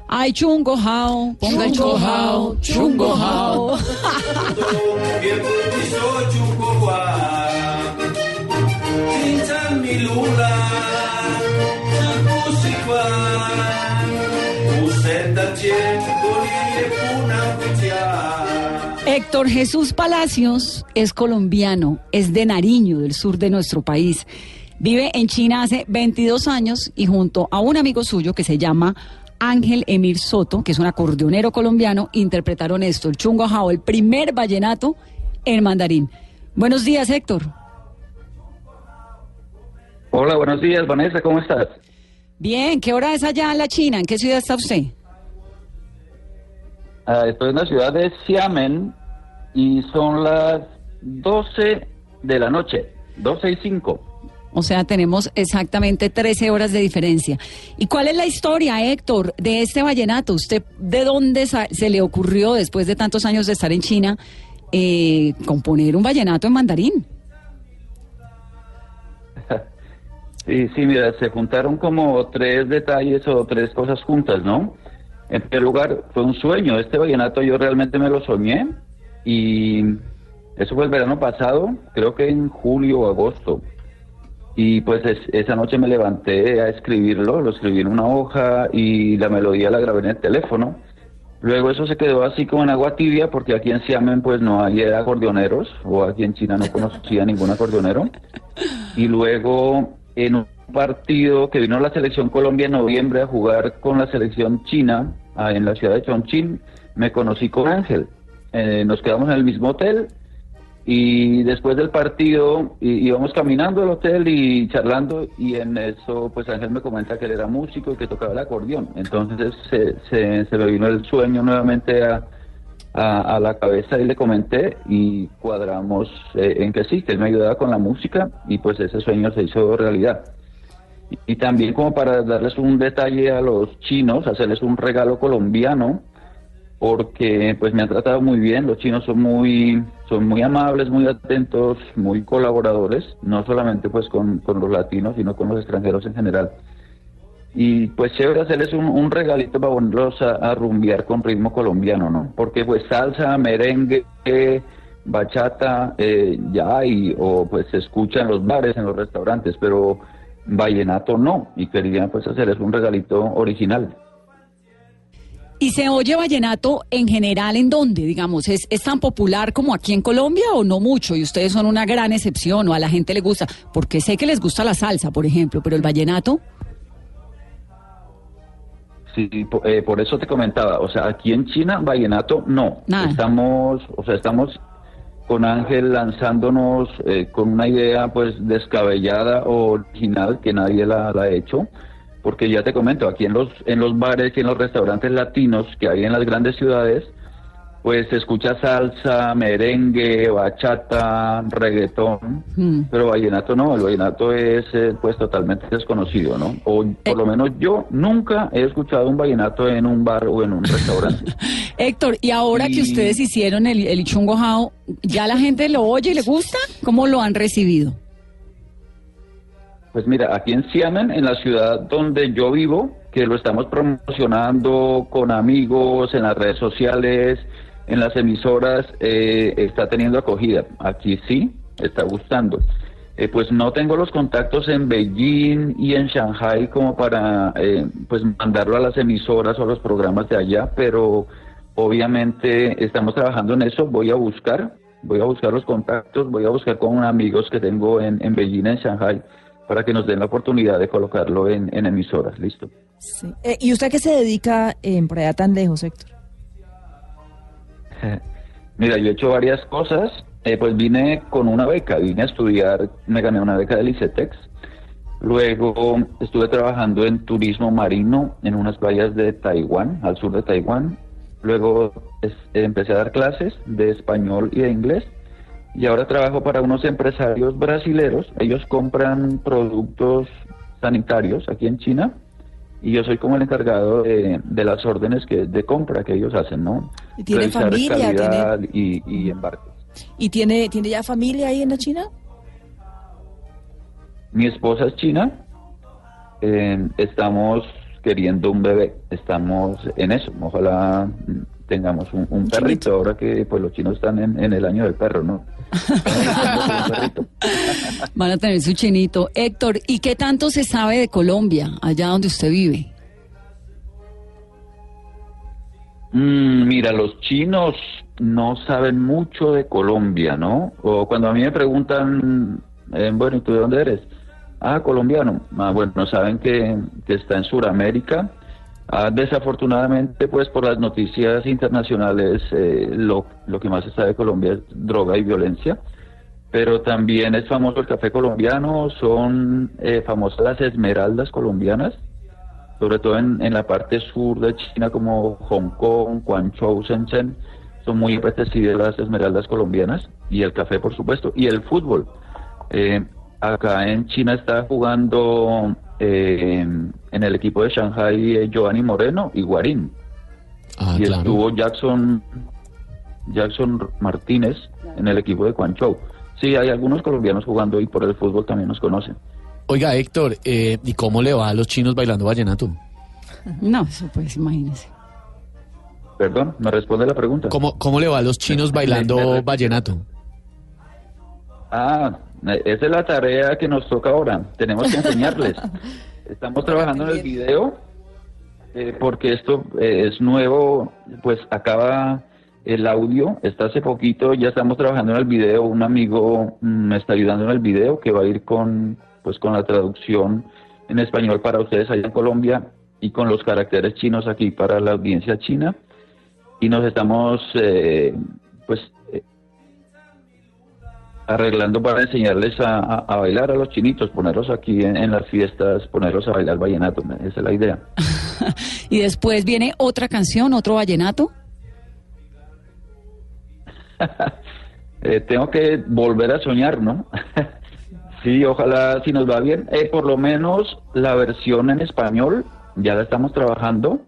Ay, chungo hao, ponga el chungo hao, chungo hao. Héctor Jesús Palacios es colombiano, es de Nariño, del sur de nuestro país. Vive en China hace 22 años y junto a un amigo suyo que se llama Ángel Emir Soto, que es un acordeonero colombiano, interpretaron esto, el chungo hao, el primer vallenato en mandarín. Buenos días, Héctor. Hola, buenos días, Vanessa, ¿cómo estás? Bien, ¿qué hora es allá en la China? ¿En qué ciudad está usted? Estoy en la ciudad de Xiamen y son las 12 de la noche, 12:05. O sea, tenemos exactamente 13 horas de diferencia. ¿Y cuál es la historia, Héctor, de este vallenato? ¿Usted de dónde se le ocurrió, después de tantos años de estar en China, componer un vallenato en mandarín? Sí, mira, se juntaron como tres detalles o tres cosas juntas, ¿no? En primer lugar, fue un sueño. Este vallenato yo realmente me lo soñé y eso fue el verano pasado, creo que en julio o agosto. Y pues esa noche me levanté a escribirlo, lo escribí en una hoja y la melodía la grabé en el teléfono. Luego eso se quedó así como en agua tibia porque aquí en Xiamen pues no hay acordeoneros, o aquí en China no conocía ningún acordeonero. Y luego en un partido que vino la selección Colombia en noviembre a jugar con la selección china en la ciudad de Chongqing, me conocí con Ángel. Nos quedamos en el mismo hotel. Y después del partido íbamos caminando al hotel y charlando, y en eso pues Ángel me comenta que él era músico y que tocaba el acordeón. Entonces se me vino el sueño nuevamente a la cabeza y le comenté y cuadramos en que sí, que él me ayudaba con la música y pues ese sueño se hizo realidad. Y también como para darles un detalle a los chinos, hacerles un regalo colombiano, porque pues me han tratado muy bien. Los chinos son muy amables, muy atentos, muy colaboradores, no solamente pues con los latinos, sino con los extranjeros en general. Y pues chévere hacerles un regalito para ponerlos a rumbear con ritmo colombiano, ¿no? Porque pues salsa, merengue, bachata, ya hay, o pues se escucha en los bares, en los restaurantes, pero vallenato no, y quería pues hacerles un regalito original. ¿Y se oye vallenato en general en dónde, digamos? ¿Es tan popular como aquí en Colombia o no mucho? Y ustedes son una gran excepción, o a la gente le gusta, porque sé que les gusta la salsa, por ejemplo, pero el vallenato... Sí, por eso te comentaba, o sea, aquí en China, vallenato no. Nada. Estamos con Ángel lanzándonos con una idea pues descabellada o original que nadie la ha hecho. Porque ya te comento, aquí en los bares y en los restaurantes latinos que hay en las grandes ciudades, pues se escucha salsa, merengue, bachata, reggaetón, pero vallenato no, el vallenato es pues totalmente desconocido, ¿no? O por lo menos yo nunca he escuchado un vallenato en un bar o en un restaurante. Héctor, y ahora que ustedes hicieron el chungo hao, ¿ya la gente lo oye y le gusta? ¿Cómo lo han recibido? Pues mira, aquí en Xiamen, en la ciudad donde yo vivo, que lo estamos promocionando con amigos, en las redes sociales, en las emisoras, está teniendo acogida. Aquí sí, está gustando. Pues no tengo los contactos en Beijing y en Shanghai como para pues mandarlo a las emisoras o a los programas de allá, pero obviamente estamos trabajando en eso. Voy a buscar los contactos, voy a buscar con amigos que tengo en Beijing, en Shanghai, para que nos den la oportunidad de colocarlo en emisoras. ¿Listo? Sí. ¿Y usted a qué se dedica por allá tan lejos, Héctor? Mira, yo he hecho varias cosas. Pues vine con una beca, vine a estudiar, me gané una beca del ICETEX. Luego estuve trabajando en turismo marino en unas playas de Taiwán, al sur de Taiwán. Luego empecé a dar clases de español y de inglés. Y ahora trabajo para unos empresarios brasileros. Ellos compran productos sanitarios aquí en China y yo soy como el encargado de las órdenes de compra que ellos hacen, ¿no? ¿Y tiene revisar familia? calidad y embarques. ¿Y tiene ya familia ahí en la China? Mi esposa es china. Estamos queriendo un bebé. Estamos en eso. Ojalá tengamos un perrito, ahora que pues los chinos están en el año del perro, ¿no? Van a tener su chinito. Héctor, ¿y qué tanto se sabe de Colombia, allá donde usted vive? Mira, los chinos no saben mucho de Colombia, ¿no? O cuando a mí me preguntan, bueno, ¿y tú de dónde eres? Ah, colombiano. Bueno, saben que está en Sudamérica. Desafortunadamente, pues por las noticias internacionales, lo que más se sabe de Colombia es droga y violencia, pero también es famoso el café colombiano, son famosas las esmeraldas colombianas, sobre todo en la parte sur de China como Hong Kong, Guangzhou, Shenzhen, son muy apetecidas las esmeraldas colombianas, y el café por supuesto, y el fútbol. Acá en China está jugando en el equipo de Shanghai Giovanni Moreno y Guarín. Y claro, estuvo Jackson Martínez en el equipo de Guangzhou. Sí, hay algunos colombianos jugando y por el fútbol también nos conocen. Oiga, Héctor, ¿y cómo le va a los chinos bailando vallenato? No, eso pues, imagínese. Perdón, ¿me responde la pregunta? ¿Cómo le va a los chinos bailando vallenato? Esa es la tarea que nos toca ahora. Tenemos que enseñarles. Estamos trabajando en el video, porque esto es nuevo, pues acaba el audio, está hace poquito, ya estamos trabajando en el video. Un amigo me está ayudando en el video que va a ir con la traducción en español para ustedes allá en Colombia y con los caracteres chinos aquí para la audiencia china. Y nos estamos arreglando para enseñarles a bailar a los chinitos, ponerlos aquí en las fiestas, ponerlos a bailar vallenato. Esa es la idea. ¿Y después viene otra canción, otro vallenato? Tengo que volver a soñar, ¿no? Sí, ojalá, si nos va bien. Por lo menos la versión en español ya la estamos trabajando.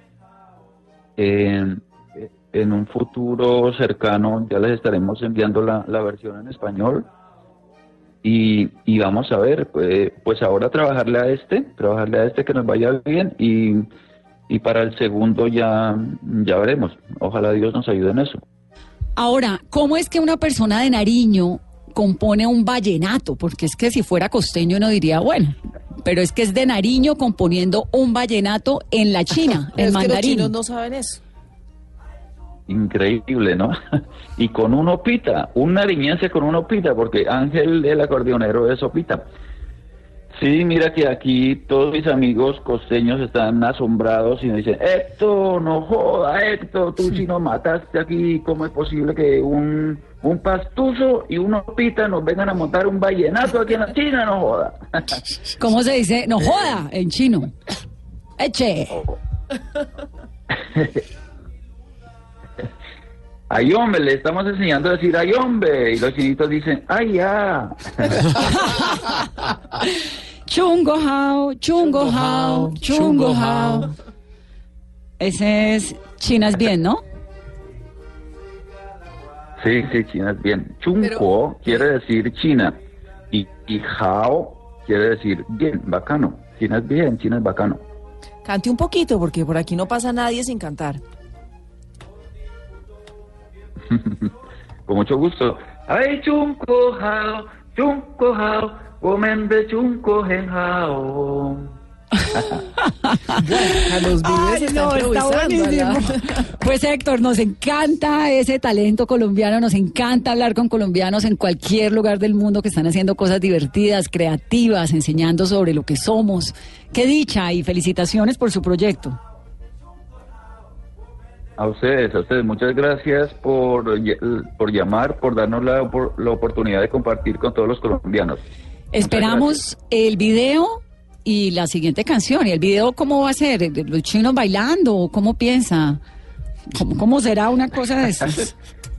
En un futuro cercano ya les estaremos enviando la versión en español y vamos a ver, pues ahora trabajarle a este que nos vaya bien y para el segundo ya veremos. Ojalá Dios nos ayude en eso. Ahora, ¿cómo es que una persona de Nariño compone un vallenato? Porque es que si fuera costeño uno diría, bueno, pero es que es de Nariño componiendo un vallenato en la China, en mandarín. Es que los chinos no saben eso. Increíble, ¿no? Y con un opita, un nariñense con un opita, porque Ángel, el acordeonero, es opita. Sí, mira que aquí todos mis amigos costeños están asombrados y me dicen, Héctor, no joda, Héctor, tú si nos mataste aquí, ¿cómo es posible que un pastuso y un opita nos vengan a montar un vallenato aquí en la China? No joda. ¿Cómo se dice? No joda en chino. Eche. Ay, hombre, le estamos enseñando a decir ay, hombre, y los chinitos dicen ay, ya. Chungo hao, chungo hao, chungo hao. Ese es Chinas bien, ¿no? Sí, Chinas bien. Chungo quiere decir China y hao quiere decir bien, bacano. Chinas bien, Chinas bacano. Cante un poquito porque por aquí no pasa nadie sin cantar. Con mucho gusto. Ay, chunco hao, comen de chunco en hao. Carlos Vives está buenísimo. Pues Héctor, nos encanta ese talento colombiano, nos encanta hablar con colombianos en cualquier lugar del mundo que están haciendo cosas divertidas, creativas, enseñando sobre lo que somos. Qué dicha y felicitaciones por su proyecto. A ustedes, muchas gracias por llamar, por darnos la oportunidad de compartir con todos los colombianos. Esperamos el video y la siguiente canción. ¿Y el video cómo va a ser? ¿Los chinos bailando? ¿Cómo piensa? ¿Cómo será una cosa de esas?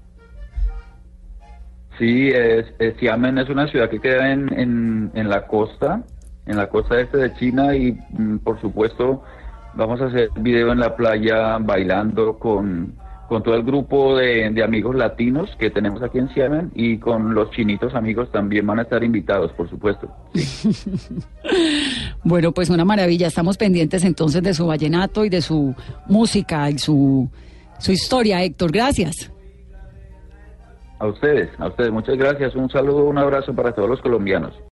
Sí, Xiamen es una ciudad que queda en la costa este de China y por supuesto vamos a hacer video en la playa bailando con todo el grupo de amigos latinos que tenemos aquí en Xiamen y con los chinitos amigos también van a estar invitados, por supuesto. Sí. Bueno, pues una maravilla. Estamos pendientes entonces de su vallenato y de su música y su historia, Héctor. Gracias. A ustedes, muchas gracias. Un saludo, un abrazo para todos los colombianos.